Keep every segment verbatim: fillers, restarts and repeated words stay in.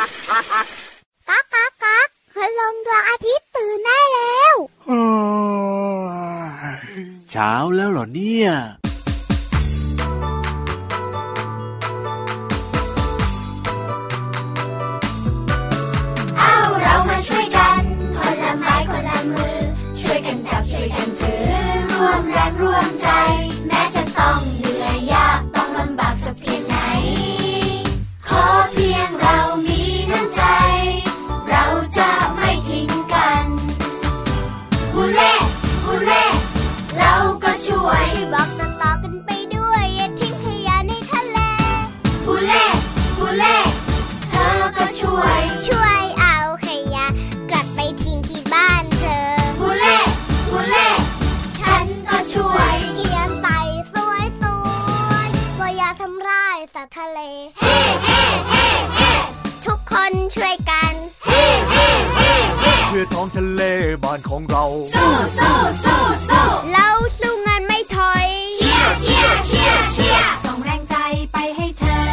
ก๊ากก๊ากก๊ากคืลงดวงอาทิตย์ตื่นได้แล้วเช้าแล้วเหรอเนี่ยเอาเรามาช่วยกันคนละไม้คนละมือช่วยกันจับช่วยกันถือร่วมแรงร่วมใจแม้จะต้องเหนื่อยยากต้องลำบากสักเพียงไหนขอเพียงเรามีน้ำใจเราจะไม่ทิ้งกันฮูเล่ฮูเล่เราก็ช่วยช่วยบอกต่อๆกันไปด้วยอย่าทิ้งขยะในทะเลฮูเล่ฮูเล่เธอก็ช่วยช่วยเอาขยะกลับไปทิ้งที่บ้านเธอฮูเล่ฮูเล่ฉันก็ช่วยเขียนไปสวยๆว่าอย่าทำร้ายสัตว์ทะเลเฮ้เฮ้เฮ้เฮ้ทุกคนช่วยกันเฮ้เฮ้เฮ้เฮ้เพื่อท้องทะเลบ้านของเราสู้สู้สู้สู้เราสู้งานไม่ถอยเชียร์เชียร์เชียร์เชียร์ส่งแรงใจไปให้เธอ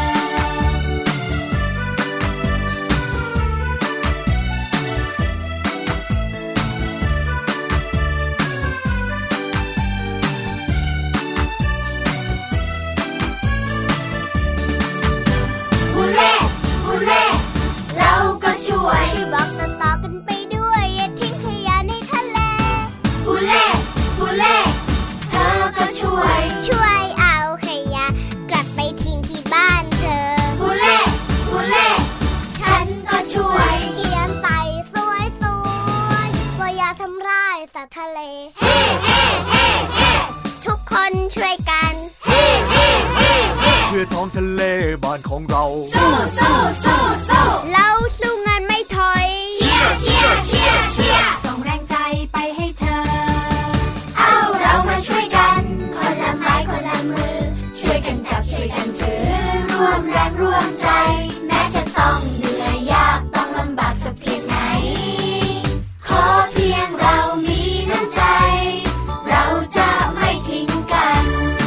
ฮูเล่ฮูเล่เราก็ช่วยช่วยบอกต่อๆกันไปด้วยอย่าทิ้งขยะในทะเลฮูเล่ฮูเล่เธอก็ช่วยช่วยเอาขยะกลับไปทิ้งที่บ้านเธอฮูเล่ฮูเล่ฉันก็ช่วยเขียนไปสวยๆว่าอย่าทำร้ายสัตว์ทะเลเฮ้เฮ้เฮ้เฮ้ทุกคนช่วยกันเฮ้เฮ้เฮ้เฮ้เพื่อท้องทะเลบ้านของเราสู้สู้สู้สู้เราสู้งานไม่ถอยเชียร์เชียร์เชียร์เชียร์ส่งแรงใจไปให้เธอเอาเรามาช่วยกันคนละไม้คนละมือช่วยกันจับช่วยกันถือร่วมแรงร่วมใจแม้จะต้องเหนื่อยยากต้องลำบากสักเพียงไหนขอเพียงเรามีน้ำใจเราจะไม่ทิ้งกัน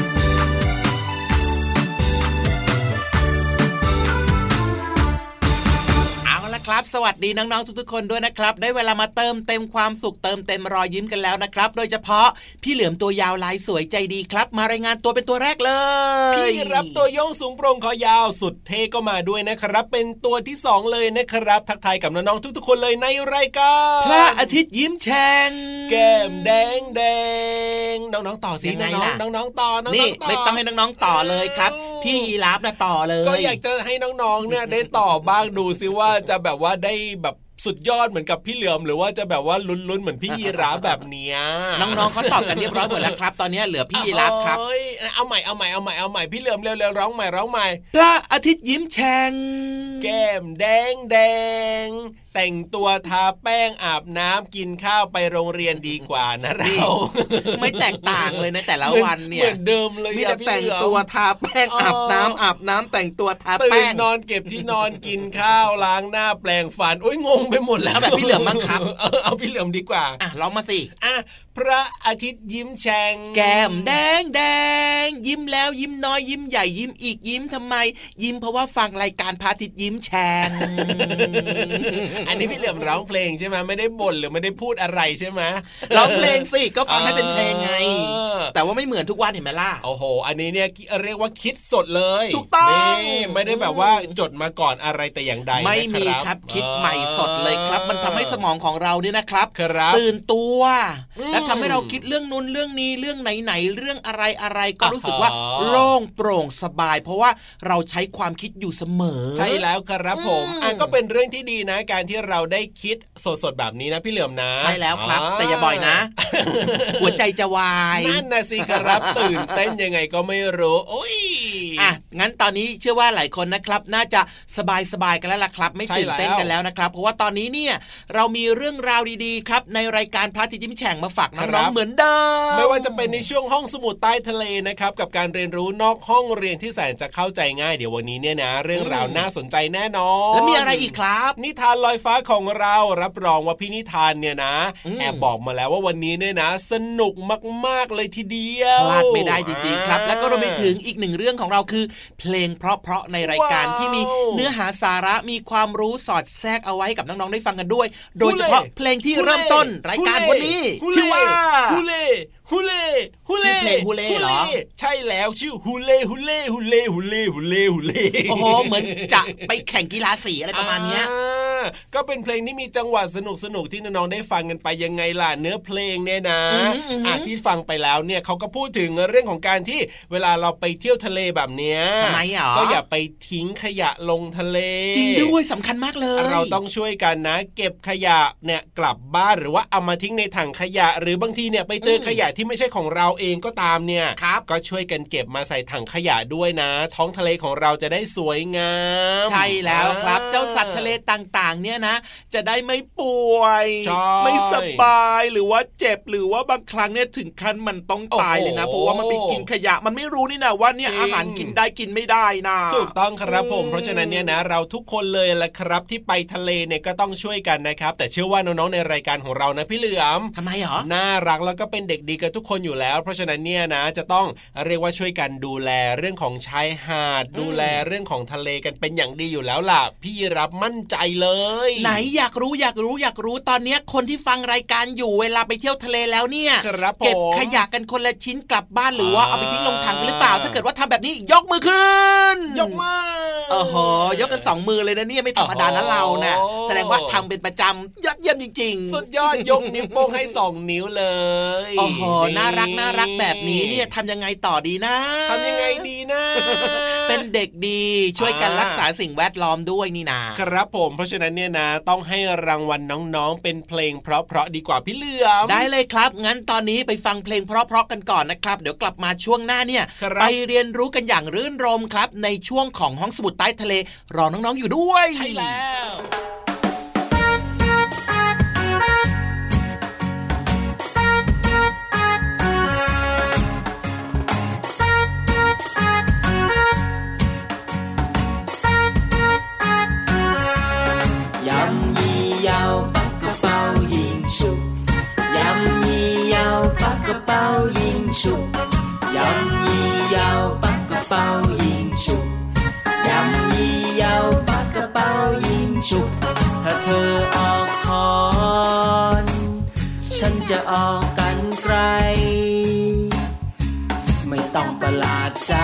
ครับสวัสดีน้องๆทุกๆคนด้วยนะครับได้เวลามาเติมเต็มความสุขเติมเต็มรอยยิ้มกันแล้วนะครับโดยเฉพาะพี่เหลือมตัวยาวลายสวยใจดีครับมารายงานตัวเป็นตัวแรกเลยพี่รับตัวโยงสูงโปร่งคอยาวสุดเท่ก็มาด้วยนะครับเป็นตัวที่สองเลยนะครับทักทายกับน้องๆทุกๆคนเลยในรายการพระอาทิตย์ยิ้มแฉ่งแก้มแดงแดงน้องๆต่อสิน้องๆน้องๆต่อน้องๆนี่ไม่ต้องให้น้องๆต่อเลยครับพี่ยีราฟนะต่อเลยก็อยากจะให้น้องๆเนี่ยได้ต่อบ้างดูซิว่าจะแบบว่าได้แบบสุดยอดเหมือนกับพี่เหลือมหรือว่าจะแบบว่าลุ้นๆเหมือนพี่ยีราฟแบบเนี้ยน้องๆเขาตอบกันเรียบร้อยหมดแล้วครับตอนนี้เหลือพี่ยีราฟครับเอาใหม่เอาใหม่เอาใหม่เอาใหม่พี่เหลือมเร็วๆร้องใหม่ร้องใหม่พระอาทิตย์ยิ้มแฉ่งแก้มแดงแดงแต่งตัวทาแป้งอาบน้ำกินข้าวไปโรงเรียนดีกว่านะเราไม่แตกต่างเลยในแต่ละวันเนี่ยเหมือนเดิมเลยมีแต่แต่งตัวทาแป้งอาบน้ำอาบน้ำแต่งตัวทาแป้งนอนเก็บที่นอนกินข้าวล้างหน้าแปรงฟันโอ๊ยงงไปหมดแล้วแบบพี่เหลือมมั้งครับเอาพี่เหลือมดีกว่าอ่ะร้องมาสิอ่ะพระอาทิตย์ยิ้มแฉ่งแก้มแดงแดงยิ้มแล้วยิ้มน้อยยิ้มใหญ่ยิ้มอีกยิ้มทำไมยิ้มเพราะว่าฟังรายการพระอาทิตย์ยิ้มแฉ่งอันนี้พี่เหลือมร้องเพลงใช่ไหมไม่ได้บ่นหรือไม่ได้พูดอะไรใช่ไหมร้องเพลงสิก็ฟังให้เป็นเพลงไงแต่ว่าไม่เหมือนทุกวันเห็นไหมล่ะโอ้โหอันนี้เนี่ยเรียกว่าคิดสดเลยถูกต้องไม่ได้แบบว่าจดมาก่อนอะไรแต่อย่างใดไม่มีครับคิดใหม่สดเลยครับมันทำให้สมองของเราเนี่ยนะครับตื่นตัวและทำให้เราคิดเรื่องนู้นเรื่องนี้เรื่องไหนๆเรื่องอะไรอะไรก็รู้สึกว่าโล่งโปร่งสบายเพราะว่าเราใช้ความคิดอยู่เสมอใช่แล้วครับผมอ่ะก็เป็นเรื่องที่ดีนะการที่เราได้คิดสดๆแบบนี้นะพี่เหลือมนะใช่แล้วครับแต่อย่าบ่อยนะหัวใจจะวายนั่นนะสิครับตื่นเต้นยังไงก็ไม่รู้โอ้ยอ่ะงั้นตอนนี้เชื่อว่าหลายคนนะครับน่าจะสบายๆกันแล้วล่ะครับไม่ตื่นเต้นกันแล้วนะครับเพราะว่าตอนนี้เนี่ยเรามีเรื่องราวดีๆครับในรายการพระอาทิตย์ยิ้มแฉ่งมาฝากน้องๆเหมือนเดิมไม่ว่าจะเป็นในช่วงห้องสมุดใต้ทะเลนะครับกับการเรียนรู้นอกห้องเรียนที่แสนจะเข้าใจง่ายเดี๋ยววันนี้เนี่ยนะเรื่องราวน่าสนใจแน่นอนแล้วมีอะไรอีกครับนิทานลอยฟ้าของเรารับรองว่าพี่นิทานเนี่ยนะแอบบอกมาแล้วว่าวันนี้เนี่ยนะสนุกมากๆเลยทีเดียวพลาดไม่ได้จริงๆครับแล้วก็รวมไปถึงอีกหนึ่งเรื่องของเราคือเพลงเพราะๆในรายการที่มีเนื้อหาสาระมีความรู้สอดแทรกเอาไว้กับน้องๆได้ฟังกันด้วยโดยเฉพาะเพลงที่เริ่มต้นรายการวันนี้ชื่อว่าฮูเล่ฮูเล่ฮูเล่ชื่อเพลงฮูเล่เหรอใช่แล้วชื่อฮูเล่ฮูเล่ฮูเล่ฮูเล่ฮูเล่ฮูเล่โอ้โหเหมือนจะไปแข่งกีฬาสีอะไรประมาณนี้ก็เป็นเพลงที่มีจังหวะสนุกสนุกที่น้องๆได้ฟังกันไปยังไงล่ะเนื้อเพลงเนี่ยนะอ่ะที่ฟังไปแล้วเนี่ยเขาก็พูดถึงเรื่องของการที่เวลาเราไปเที่ยวทะเลแบบเนี้ยทำไมอ่ะก็อย่าไปทิ้งขยะลงทะเลจริงด้วยสำคัญมากเลยเราต้องช่วยกันนะเก็บขยะเนี่ยกลับบ้านหรือว่าเอามาทิ้งในถังขยะหรือบางทีเนี่ยไปเจอขยะที่ไม่ใช่ของเราเองก็ตามเนี่ยก็ช่วยกันเก็บมาใส่ถังขยะด้วยนะท้องทะเลของเราจะได้สวยงามใช่แล้วครับเจ้าสัตว์ทะเลต่างๆเนี่ยนะจะได้ไม่ป่วยไม่สบายหรือว่าเจ็บหรือว่าบางครั้งเนี่ยถึงขั้นมันต้องตายเลยนะเพราะว่ามันไปกินขยะมันไม่รู้นี่นะว่าเนี่ยอาหารกินได้กินไม่ได้นะถูกต้องครับผมเพราะฉะนั้นเนี่ยนะเราทุกคนเลยแหละครับที่ไปทะเลเนี่ยก็ต้องช่วยกันนะครับแต่เชื่อว่าน้องๆในรายการของเรานะพี่เหลือมทำไมหรอน่ารักแล้วก็เป็นเด็กดีกันทุกคนอยู่แล้วเพราะฉะนั้นเนี่ยนะจะต้องเรียกว่าช่วยกันดูแลเรื่องของชายหาดดูแลเรื่องของทะเลกันเป็นอย่างดีอยู่แล้วล่ะพี่รับมั่นใจเลยไหนอยากรู้อยากรู้อยากรู้ตอนนี้คนที่ฟังรายการอยู่เวลาไปเที่ยวทะเลแล้วเนี่ยเก็บขยะกันคนละชิ้นกลับบ้านหรือว่าเอาไปทิ้งลงถังกันหรือเปล่าถ้าเกิดว่าทำแบบนี้ยกมือขึ้นยกมือโอ้โหยกกันสองมือเลยนะเนี่ยไม่ธรรมดานะเรานะแสดงว่าทำเป็นประจำยอดเยี่ยมจริงๆสุดยอดยกนิ้วโป้งให้สองนิ้วเลยโอ้โหน่ารักน่ารักแบบนี้เนี่ยทำยังไงต่อดีนะทำยังไงดีนะเป็นเด็กดีช่วยกันรักษาสิ่งแวดล้อมด้วยนี่นาครับผมเพราะฉะนั้นเนี่ยนะต้องให้รางวัลน้องๆเป็นเพลงเพราะๆดีกว่าพี่เหลือมได้เลยครับงั้นตอนนี้ไปฟังเพลงเพราะๆกันก่อนนะครับเดี๋ยวกลับมาช่วงหน้าเนี่ยไปเรียนรู้กันอย่างรื่นรมครับในช่วงของห้องสมุดใต้ทะเลรอน้องๆอยู่ด้วยใช่แล้ว任意又不個包現熟，任意又不個包現熟，任意又不個包現熟，任意又不個包現熟。ถ้าเธอออกคอนฉันจะออกกันไกลไม่ต้องประหลาดใจ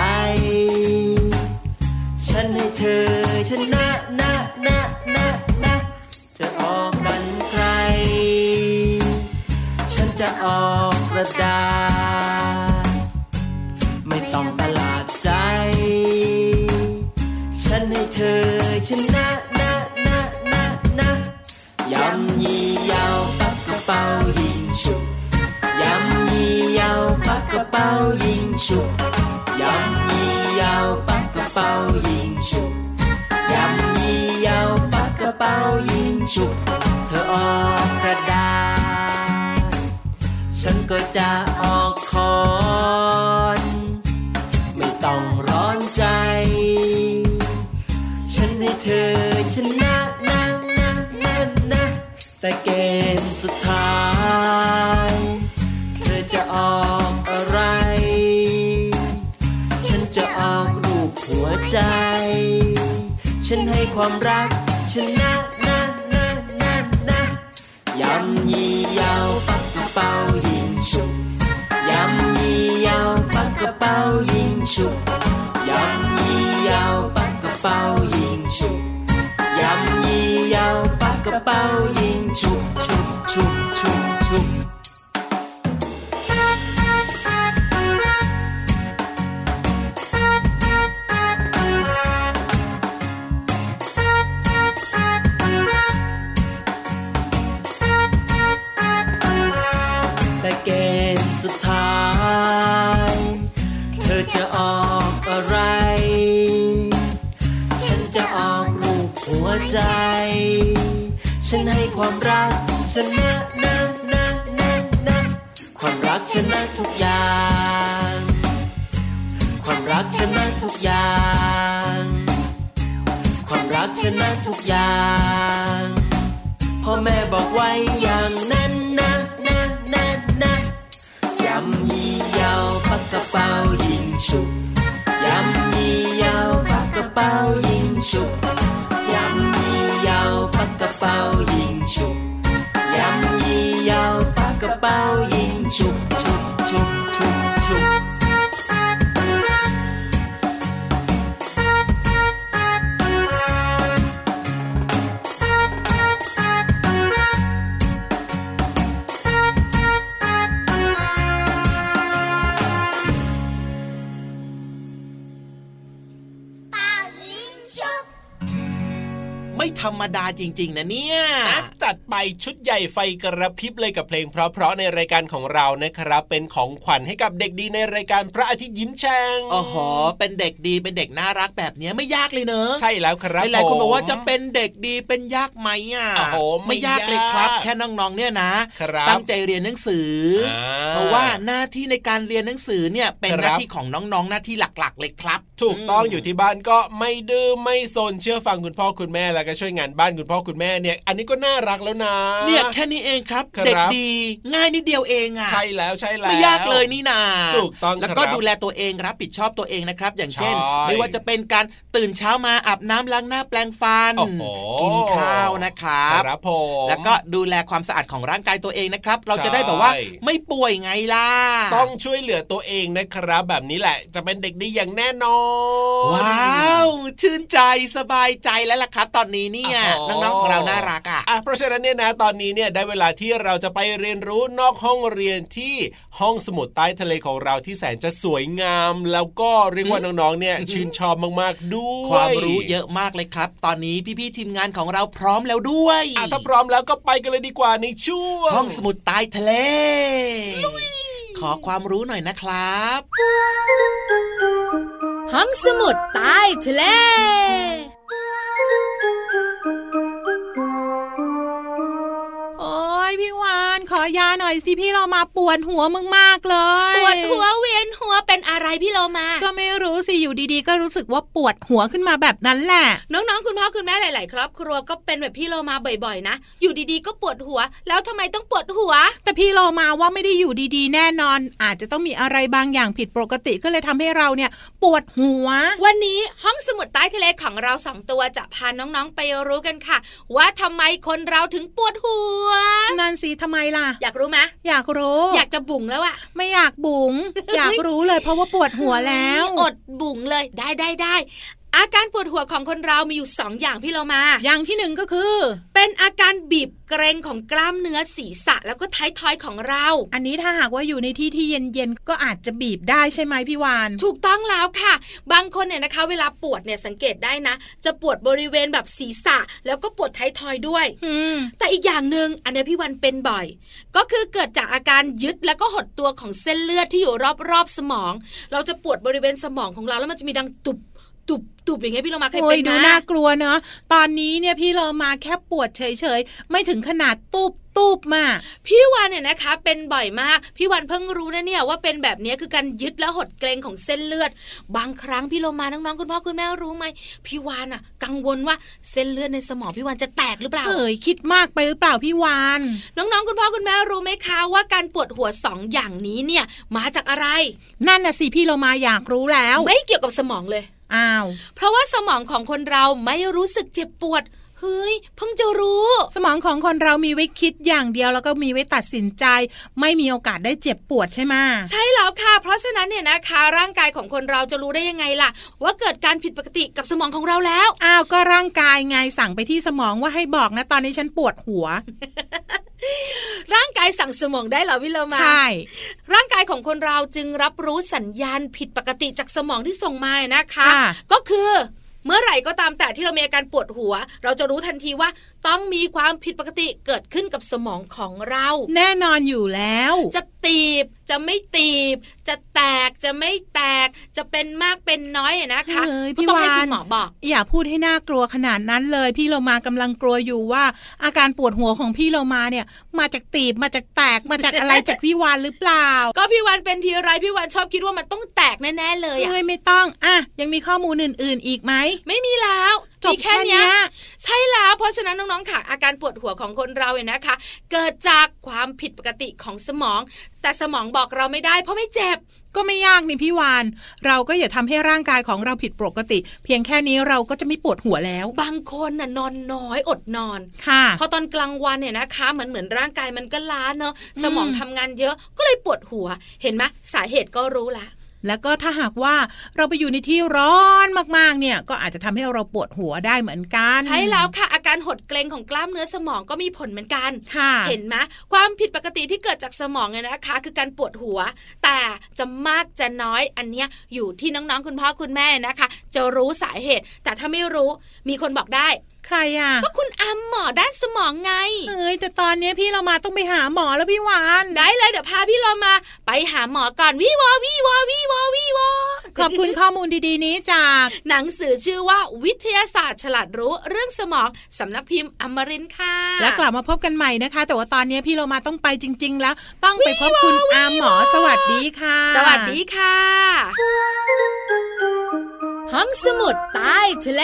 ฉันให้เธอชนะนะนะนะนะจะออกกันไกลฉันจะออกกระดาษไม่ต้องประหลาดใจฉันให้เธอชนะนะนะนะนะยำยี่ยาวปักกระเป๋ายิงฉุกยำยี่ยาวปักกระเป๋ายิงฉุกยำยี่ยาวปักกระเป๋ายิงฉุกยำยี่ยาวปักกระเป๋ายิงฉุกเธอออกกระดาษฉันก็จะออกคอนไม่ต้องร้อนใจฉันให้เธอชนะนะนะนะนะแต่เกมสุดท้ายเธอจะออกอะไรฉันจะออกรูปหัวใจฉันให้ความรักชนะนะนะนะนะยำยี่ยาวปักกระเป๋ายิงฉุกยำยี่ยาวปักกระเป๋ายิงฉุกยำยี่ยาวปักกระเป๋ายิงฉุกยำยี่ยาวปักกระเป๋ายิงฉุกฉุกฉุกฉุกฉุกแต่เกมสุดท้ายเธอจะออกอะไรฉันจะออกรูปหัวใจฉันให้ความรักชนะนะนะนะนะความรักชนะทุกอย่างความรักชนะทุกอย่างความรักชนะทุกอย่างพ่อแม่บอกไว้อย่างนั้นนะนะนะนะยำยี่ยาวปากกระเป๋ายิงฉุบยำยี่ยาวปากกระเป๋ายิงฉุบยำยี่ยาวปากกระเป๋ายิงฉุบยำยี่ยาวปากกระเป๋ายิงฉุบฉุบฉุบฉุบฉุบไม่ธรรมดาจริงๆนะเนี่ยนะจัดไปชุดใหญ่ไฟกระพริบเลยกับเพลงเพราะๆในรายการของเรานะครับเป็นของขวัญให้กับเด็กดีในรายการพระอาทิตย์ยิ้มแฉ่งโอ้โหเป็นเด็กดีเป็นเด็กน่ารักแบบนี้ไม่ยากเลยเนอะใช่แล้วครับหลายคนบอกว่าจะเป็นเด็กดีเป็นยากไหมอ่ะโอ้โหไม่ยากเลยครับแค่น้องๆเนี่ยนะตั้งใจเรียนหนังสือเพราะว่าหน้าที่ในการเรียนหนังสือเนี่ยเป็นหน้าที่ของน้องๆหน้าที่หลักๆเลยครับถูกต้องอยู่ที่บ้านก็ไม่ดื้อไม่ซนเชื่อฟังคุณพ่อคุณแม่แล้วก็ช่วยงานบ้านคุณพ่อคุณแม่เนี่ยอันนี้ก็น่ารักแล้วนะเนี่ยแค่นี้เองครับเด็กดีง่ายนิดเดียวเองอ่ะใช่แล้วใช่แล้วไม่ยากเลยนี่นาถูกต้องแล้วก็ดูแลตัวเองรับผิดชอบตัวเองนะครับอย่างเช่นไม่ว่าจะเป็นการตื่นเช้ามาอาบน้ำล้างหน้าแปรงฟันกินข้าวนะครับครับผมแล้วก็ดูแลความสะอาดของร่างกายตัวเองนะครับเราจะได้แบบว่าไม่ป่วยไงล่ะต้องช่วยเหลือตัวเองนะครับแบบนี้แหละจะเป็นเด็กดีอย่างแน่นอนว้าวชื่นใจสบายใจแล้วล่ะครับตอนนี้เนี่ยน้องๆของเราน่ารักอ่ะเพราะฉะนั้นเนี่ยนะตอนนี้เนี่ยได้เวลาที่เราจะไปเรียนรู้นอกห้องเรียนที่ห้องสมุดใต้ทะเลของเราที่แสนจะสวยงามแล้วก็เรียกว่าน้องๆเนี่ยชื่นชอบมากๆด้วยความรู้เยอะมากเลยครับตอนนี้พี่ๆทีมงานของเราพร้อมแล้วด้วยอ่ะถ้าพร้อมแล้วก็ไปกันเลยดีกว่าในช่วงห้องสมุดใต้ทะเลขอความรู้หน่อยนะครับห้องสมุดใต้ทะเลพี่วานขอยาหน่อยสิพี่เรามาปวดหัวมากๆเลยปวดหัวเวียนหัวเป็นอะไรพี่เรามาก็ไม่รู้สิอยู่ดีๆก็รู้สึกว่าปวดหัวขึ้นมาแบบนั้นแหละน้องๆคุณพ่อคุณแม่หลายๆครอบครัวก็เป็นแบบพี่เรามาบ่อยๆนะอยู่ดีๆก็ปวดหัวแล้วทำไมต้องปวดหัวแต่พี่เรามาว่าไม่ได้อยู่ดีๆแน่นอนอาจจะต้องมีอะไรบางอย่างผิดปกติก็เลยทำให้เราเนี่ยปวดหัววันนี้ห้องสมุดใต้ทะเลของเราสองตัวจะพาน้องๆไปรู้กันค่ะว่าทำไมคนเราถึงปวดหัวนั่นสิทำไมล่ะอยากรู้ไหมอยากรู้อยากจะบุ๋งแล้วอะไม่อยากบุ๋ง อยากรู้เลยเพราะว่าปวดหัวแล้วอดบุ๋งเลยได้ได้ได้อาการปวดหัวของคนเรามีอยู่สองอย่างพี่เรามาอย่างที่หนึ่งก็คือเป็นอาการบีบเกร็งของกล้ามเนื้อศีรษะแล้วก็ท้ายทอยของเราอันนี้ถ้าหากว่าอยู่ในที่ที่เย็นๆก็อาจจะบีบได้ใช่ไหมพี่วานถูกต้องแล้วค่ะบางคนเนี่ยนะคะเวลาปวดเนี่ยสังเกตได้นะจะปวดบริเวณแบบศีรษะแล้วก็ปวดท้ายทอยด้วยแต่อีกอย่างนึงอันนี้พี่วานเป็นบ่อยก็คือเกิดจากอาการยึดแล้วก็หดตัวของเส้นเลือดที่อยู่รอบๆสมองเราจะปวดบริเวณสมองของเราแล้วมันจะมีดังตุบตุบตุบอย่างเงี้ยพี่เรามาเคยเป็นนะดูน่ากลัวเนอะตอนนี้เนี่ยพี่เรามาแค่ปวดเฉยๆไม่ถึงขนาดตุบตุบมาพี่วานเนี่ยนะคะเป็นบ่อยมากพี่วานเพิ่งรู้นะเนี่ยว่าเป็นแบบนี้คือการยึดและหดเกร็งของเส้นเลือดบางครั้งพี่เรามาน้องๆคุณพ่อคุณแม่รู้ไหมพี่วานอะกังวลว่าเส้นเลือดในสมองพี่วานจะแตกหรือเปล่าเฮ้ยคิดมากไปหรือเปล่าพี่วานน้องๆคุณพ่อคุณแม่รู้ไหมคะว่าการปวดหัวสองอย่างนี้เนี่ยมาจากอะไรนั่นน่ะสิพี่เรามาอยากรู้แล้วไม่เกี่ยวกับสมองเลยอ้าวเพราะว่าสมองของคนเราไม่รู้สึกเจ็บปวดเฮ้ยเพิ่งจะรู้สมองของคนเรามีไว้คิดอย่างเดียวแล้วก็มีไว้ตัดสินใจไม่มีโอกาสได้เจ็บปวดใช่ไหมใช่แล้วค่ะเพราะฉะนั้นเนี่ยนะคะร่างกายของคนเราจะรู้ได้ยังไงล่ะว่าเกิดการผิดปกติกับสมองของเราแล้วอ้าวก็ร่างกายไงสั่งไปที่สมองว่าให้บอกนะตอนนี้ฉันปวดหัวร่างกายสั่งสมองได้เหรอวิโลมาใช่ร่างกายของคนเราจึงรับรู้สัญญาณผิดปกติจากสมองที่ส่งมานะคะก็คือเมื่อไหร่ก็ตามแต่ที่เรามีอาการปวดหัวเราจะรู้ทันทีว่าต้องมีความผิดปกติเกิดขึ้นกับสมองของเราแน่นอนอยู่แล้วจะตีบจะไม่ตีบจะแตกจะไม่แตกจะเป็นมากเป็นน้อยนะคะก็ต้องให้คุณหมอบอกอย่าพูดให้น่ากลัวขนาดนั้นเลยพี่เรามากำลังกลัวอยู่ว่าอาการปวดหัวของพี่เรามาเนี่ยมาจากตีบมาจากแตกมาจากอะไรจากพี่วานหรือเปล่าก็พี่วานเป็นทีไรพี่วานชอบคิดว่ามันต้องแตกแน่ๆเลยอ่ะไม่ต้องอ่ะยังมีข้อมูลอื่นๆอีกไหมไม่มีแล้วจบแค่นี้ใช่แล้วเพราะฉะนั้นน้องๆค่ะอาการปวดหัวของคนเราเนี่ยนะคะเกิดจากความผิดปกติของสมองแต่สมองบอกเราไม่ได้เพราะไม่เจ็บก็ไม่ยากนี่พี่วานเราก็อย่าทำให้ร่างกายของเราผิดปกติเพียงแค่นี้เราก็จะไม่ปวดหัวแล้วบางคนน่ะนอนน้อยอดนอนค่ะพอตอนกลางวันเนี่ยนะคะเหมือนเหมือนร่างกายมันก็ล้าเนอะสมองทำงานเยอะก็เลยปวดหัวเห็นไหมสาเหตุก็รู้ละแล้วก็ถ้าหากว่าเราไปอยู่ในที่ร้อนมากๆเนี่ยก็อาจจะทำให้เราปวดหัวได้เหมือนกันใช่แล้วค่ะอาการหดเกร็งของกล้ามเนื้อสมองก็มีผลเหมือนกันเห็นไหมความผิดปกติที่เกิดจากสมองเนี่ยนะคะคือการปวดหัวแต่จะมากจะน้อยอันเนี้ยอยู่ที่น้องๆคุณพ่อคุณแม่นะคะจะรู้สาเหตุแต่ถ้าไม่รู้มีคนบอกได้ใครอ่ะก็คุณอัมหมอด้านสมองไงเอ้ยแต่ตอนนี้พี่เรามาต้องไปหาหมอแล้วพี่วานได้เลยเดี๋ยวพาพี่เรามาไปหาหมอก่อนวิวอวิวอวิวอวิวอขอบคุณข้อมูลดีๆนี้จากหนังสือชื่อว่าวิทยาศาสตร์ฉลาดรู้เรื่องสมองสำนักพิมพ์อมรินทร์ค่ะแล้วกลับมาพบกันใหม่นะคะแต่ว่าตอนนี้พี่เรามาต้องไปจริงๆแล้วต้องไปพบคุณอาหมอสวัสดีค่ะสวัสดีค่ะห้องสมุดใต้ทะเล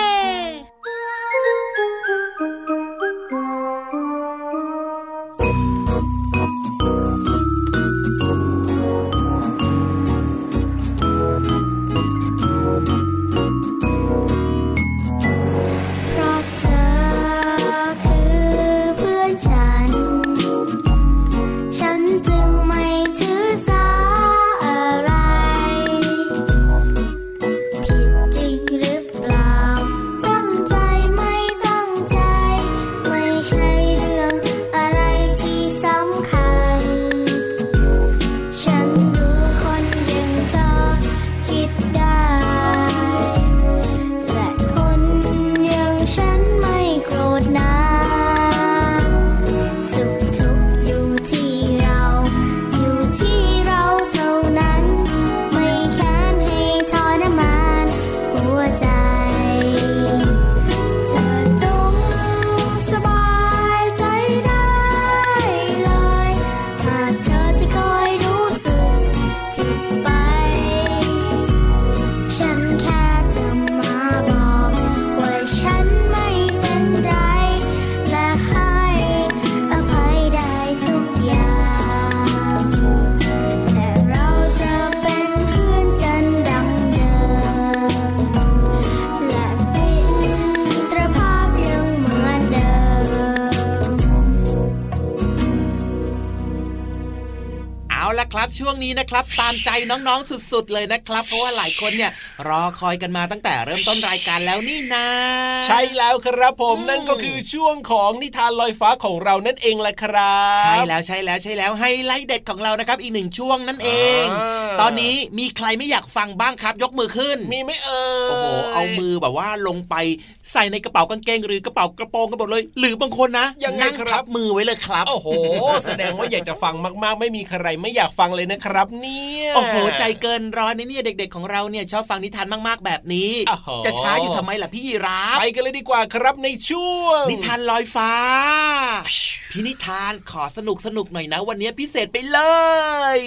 ช่วงนี้นะครับตามใจน้องๆสุดๆเลยนะครับเพราะว่าหลายคนเนี่ยรอคอยกันมาตั้งแต่เริ่มต้นรายการแล้วนี่นะใช่แล้วครับผมนั่นก็คือช่วงของนิทานลอยฟ้าของเรานั่นเองแหละครับใช่แล้วใช่แล้วใช่แล้วไฮไลท์เด็ดของเรานะครับอีกหนึ่งช่วงนั่นเองตอนนี้มีใครไม่อยากฟังบ้างครับยกมือขึ้นมีไหมเอ่ยโอ้โหเอามือแบบว่าลงไปใส่ในกระเป๋ากางเกงหรือกระเป๋ากระโปรงกันหมดเลยหรือบางคนนะนั่งทับมือไว้เลยครับโอ้โหแสดงว่าอยากจะฟังมากๆไม่มีใครไม่อยากฟังเลยนะครับเนี่ยโอ้โหใจเกินร้อยนะเนี่ยเด็กๆของเราเนี่ยชอบฟังนิทานมากๆแบบนี้จะช้าอยู่ทำไมล่ะพี่ยีราฟไปกันเลยดีกว่าครับในช่วงนิทานลอยฟ้าพี่นิทานขอสนุกสนุกหน่อยนะวันนี้พิเศษไปเลย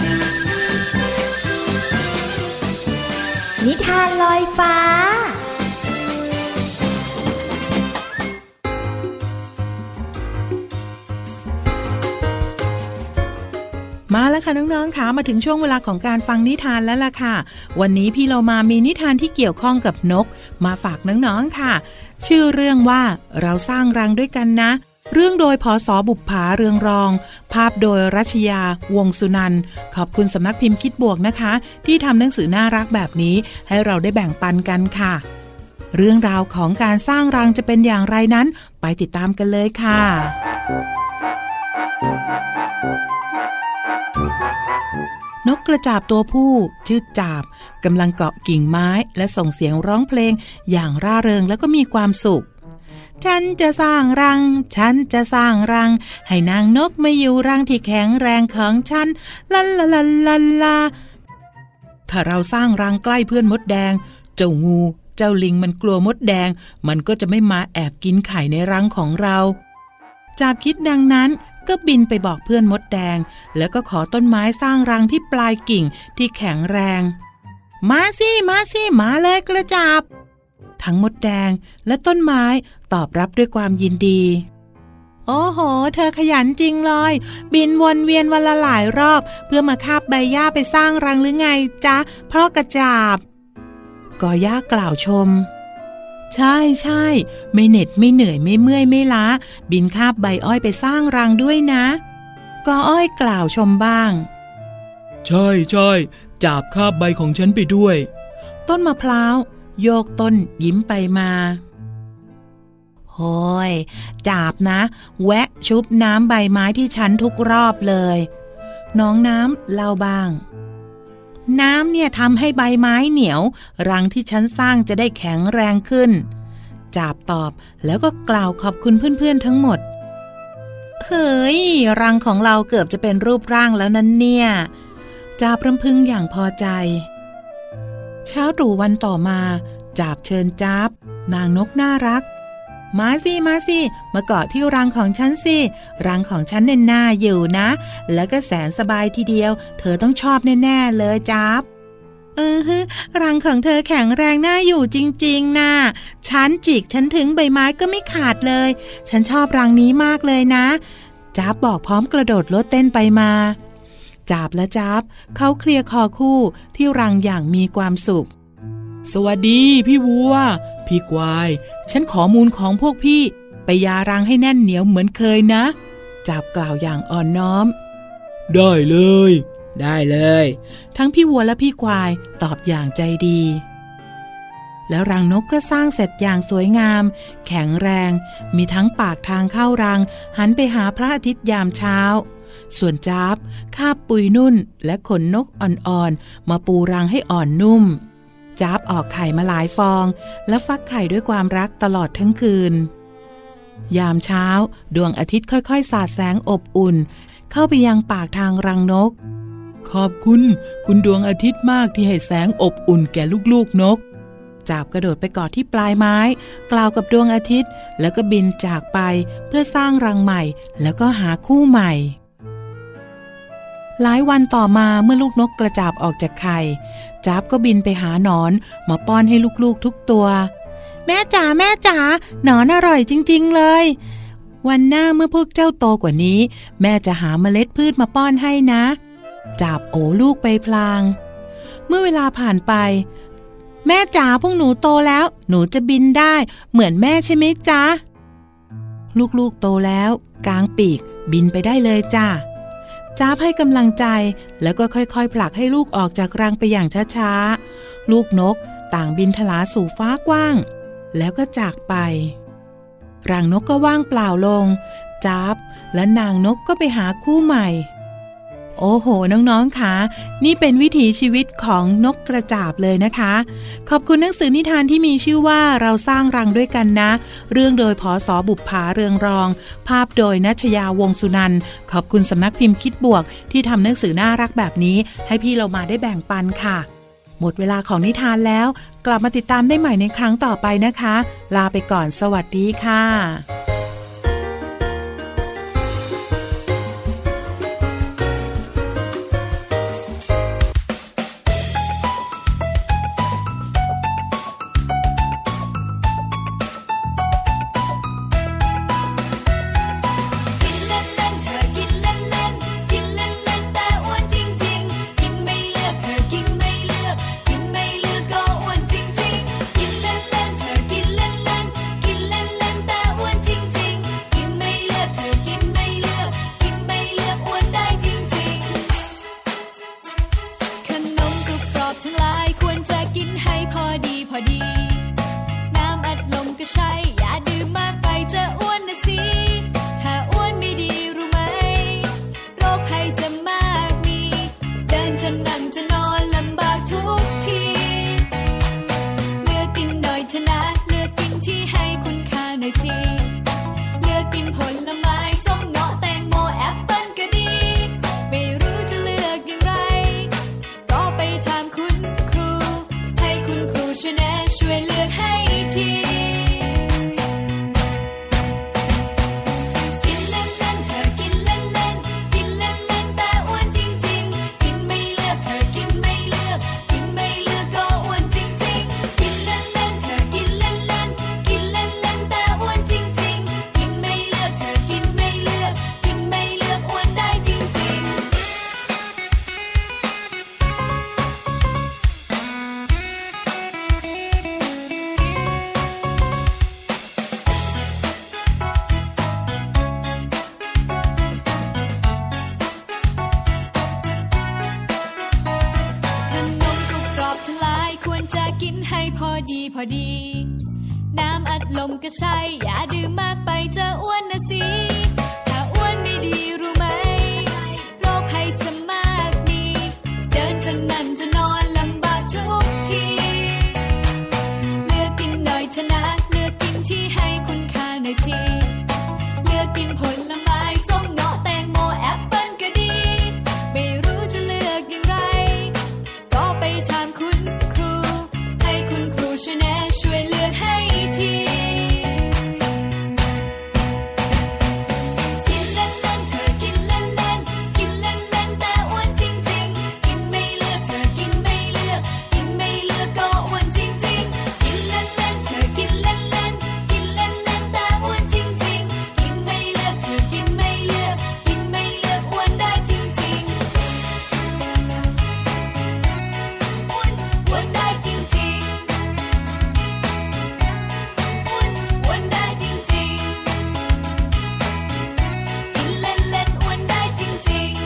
นิทานลอยฟ้ามาแล้วค่ะน้องๆค่ะมาถึงช่วงเวลาของการฟังนิทานแล้วล่ะค่ะวันนี้พี่เรามามีนิทานที่เกี่ยวข้องกับนกมาฝากน้องๆค่ะชื่อเรื่องว่าเราสร้างรังด้วยกันนะเรื่องโดยผส.บุปผาเรืองรองภาพโดยรัชยาวงสุนันท์ขอบคุณสำนักพิมพ์คิดบวกนะคะที่ทำหนังสือน่ารักแบบนี้ให้เราได้แบ่งปันกันค่ะเรื่องราวของการสร้างรังจะเป็นอย่างไรนั้นไปติดตามกันเลยค่ะนกกระจาบตัวผู้ชื่อจาบกำลังเกาะกิ่งไม้และส่งเสียงร้องเพลงอย่างร่าเริงและก็มีความสุขฉันจะสร้างรังฉันจะสร้างรังให้นางนกมาอยู่รังที่แข็งแรงของฉันลาลาลาลาลาถ้าเราสร้างรังใกล้เพื่อนมดแดงเจ้างูเจ้าลิงมันกลัวมดแดงมันก็จะไม่มาแอบกินไข่ในรังของเราจาบคิดดังนั้นก็บินไปบอกเพื่อนมดแดงแล้วก็ขอต้นไม้สร้างรังที่ปลายกิ่งที่แข็งแรงมาสิมาสิมาเลยกระจาบทั้งมดแดงและต้นไม้ตอบรับด้วยความยินดีโอ้โหเธอขยันจริงเลยบินวนเวียนวันละหลายรอบเพื่อมาคาบใบหญ้าไปสร้างรังหรือไงจ๊ะเพราะกระจาบกอหญ้ากล่าวชมใช่ใช่ไม่เหน็ดไม่เหนื่อยไม่เมื่อยไม่ล้าบินคาบใบอ้อยไปสร้างรังด้วยนะกออ้อยกล่าวชมบ้างใช่ใช่จาบคาบใบของฉันไปด้วยต้นมะพร้าวโยกต้นยิ้มไปมาโฮ้ยจาบนะแวะชุบน้ำใบไม้ที่ฉันทุกรอบเลยน้องน้ำเล่าบ้างน้ำเนี่ยทำให้ใบไม้เหนียวรังที่ฉันสร้างจะได้แข็งแรงขึ้นจาบตอบแล้วก็กล่าวขอบคุณเพื่อนๆทั้งหมดเฮ้ยรังของเราเกือบจะเป็นรูปร่างแล้วนั้นเนี่ยจาบรำพึงอย่างพอใจเช้าตรู่วันต่อมาจาบเชิญจ๊าบนางนกน่ารักมาสิมาสิมาเกาะที่รังของฉันสิรังของฉันเนี่ยน่าอยู่นะแล้วก็แสนสบายทีเดียวเธอต้องชอบแน่ๆเลยจ๊าบเออฮึรังของเธอแข็งแรงน่าอยู่จริงๆนะฉันจิกฉันถึงใบไม้ก็ไม่ขาดเลยฉันชอบรังนี้มากเลยนะจ๊าบบอกพร้อมกระโดดโลดเต้นไปมาจาบและจ๊าบเขาเคลียร์คอคู่ที่รังอย่างมีความสุขสวัสดีพี่วัวพี่ควายฉันขอมูลของพวกพี่ไปยารังให้แน่นเหนียวเหมือนเคยนะจาบกล่าวอย่างอ่อนน้อมได้เลยได้เลยทั้งพี่วัวและพี่ควายตอบอย่างใจดีแล้วรังนกก็สร้างเสร็จอย่างสวยงามแข็งแรงมีทั้งปากทางเข้ารังหันไปหาพระอาทิตย์ยามเช้าส่วนจ๊าบคาบปุยนุ่นและขนนกอ่อนๆมาปูรังให้อ่อนนุ่มจ๊าบออกไข่มาหลายฟองและฟักไข่ด้วยความรักตลอดทั้งคืนยามเช้าดวงอาทิตย์ค่อยๆสาดแสงอบอุ่นเข้าไปยังปากทางรังนกขอบคุณคุณดวงอาทิตย์มากที่ให้แสงอบอุ่นแก่ลูกๆนกจ๊าบกระโดดไปกอดที่ปลายไม้กล่าวกับดวงอาทิตย์แล้วก็บินจากไปเพื่อสร้างรังใหม่แล้วก็หาคู่ใหม่หลายวันต่อมาเมื่อลูกนกกระจาบออกจากไข่จ๊าบก็บินไปหาหนอนมาป้อนให้ลูกๆทุกตัวแม่จ๋าแม่จ๋าหนอนอร่อยจริงๆเลยวันหน้าเมื่อพวกเจ้าโตกว่านี้แม่จะหาเมล็ดพืชมาป้อนให้นะจ๊าบโอ้ลูกไปพลางเมื่อเวลาผ่านไปแม่จ๋าพวกหนูโตแล้วหนูจะบินได้เหมือนแม่ใช่ไหมจ๊ะลูกๆโตแล้วกางปีกบินไปได้เลยจ้าจ๊าบให้กำลังใจแล้วก็ค่อยๆผลักให้ลูกออกจากรังไปอย่างช้าๆลูกนกต่างบินทลาสู่ฟ้ากว้างแล้วก็จากไปรังนกก็ว่างเปล่าลงจ๊าบและนางนกก็ไปหาคู่ใหม่โอ้โหน้องๆค่ะนี่เป็นวิถีชีวิตของนกกระจาบเลยนะคะขอบคุณหนังสือนิทานที่มีชื่อว่าเราสร้างรังด้วยกันนะเรื่องโดยผส.บุปผาเรืองรองภาพโดยณัชยาวงศ์สุนันท์ขอบคุณสำนักพิมพ์คิดบวกที่ทำหนังสือน่ารักแบบนี้ให้พี่เรามาได้แบ่งปันค่ะหมดเวลาของนิทานแล้วกลับมาติดตามได้ใหม่ในครั้งต่อไปนะคะลาไปก่อนสวัสดีค่ะกินเล่นๆแต่อ้วนจอดีน้ำอัดลมก็ใช่อย่าดื่มมากไปจะอ้วนนะสิถ้าอ้วนไม่ดีรู้ไหมโรคภัยจะมากมีเดินจะนั่งจะนอนลำบากทุกทีเลือกกินหน่อยเถอะนะเลือกกินที่ให้คุณค่าหน่อยสิเลือกกินผลไม้ส้มเงาะแตงโมแอปเปิ้ลก็ดีไม่รู้จะเลือกอย่างไรก็ไปถามคุณครูให้คุณครูช่วยแนะช่วยเลือกให้ทีกินเล่นๆเธอกินเล่นๆกินเล่นๆแต่อ้วนจริงๆกินไม่เลือกเธอกินไม่เลือกกินไม่เลือกก็อ้วนจริงๆกินเล่นๆเธอกินเล่นๆกินเล่นๆแต่อ้วนจริงๆกินไม่เลือกเธอกินไม่เลือกกินไม่เลือกอ้วนได้จริงๆอ้วนอ้วนได้จริงๆอ้วนอ้วนได้จริงๆกินเล่นๆอ้วนได้จริงๆ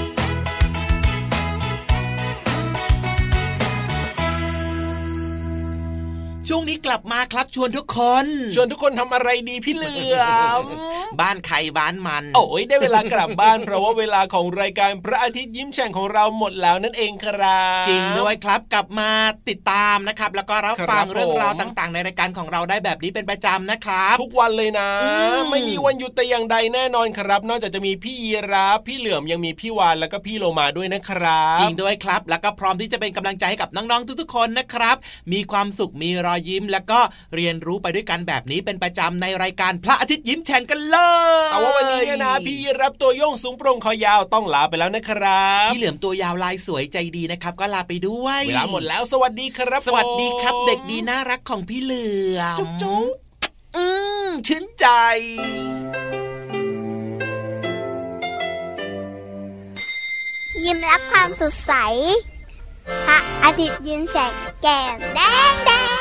ช่วงนี้กลับมาครับชวนทุกคนชวนทุกคนทำอะไรดีพี่เหลือมบ้านใครบ้านมันโอ้ยได้เวลากลับบ้าน เพราะว่าเวลาของรายการพระอาทิตย์ยิ้มแฉ่งของเราหมดแล้วนั่นเองครับจริงด้วยครับกลับมาติดตามนะครับแล้วก็รับฟังเรื่องราวต่างๆในรายการของเราได้แบบนี้เป็นประจำนะครับทุกวันเลยนะไม่มีวันหยุดแต่อย่างใดแน่นอนครับนอกจากจะมีพี่ยีราฟพี่เหลือมยังมีพี่วานแล้วก็พี่โลมาด้วยนะครับจริงด้วยครับแล้วก็พร้อมที่จะเป็นกำลังใจให้กับน้องๆทุกๆคนนะครับมีความสุขมีรอยยิ้มแล้วก็เรียนรู้ไปด้วยกันแบบนี้เป็นประจำในรายการพระอาทิตย์ยิ้มแฉ่งกันเลยแต่ว่าวันนี้เนี่ยนะพี่รับตัวโยงสูงโปร่งคอยาวต้องลาไปแล้วนะครับพี่เหลือมตัวยาวลายสวยใจดีนะครับก็ลาไปด้วยเวลาหมดแล้วสวัสดีครับสวัสดีครับเด็กดีน่ารักของพี่เหลือมจุ๊บจุ๊บอืมชื่นใจยิ้มรับความสดใสพระอาทิตย์ยิ้มแฉกแก้มแดงแดง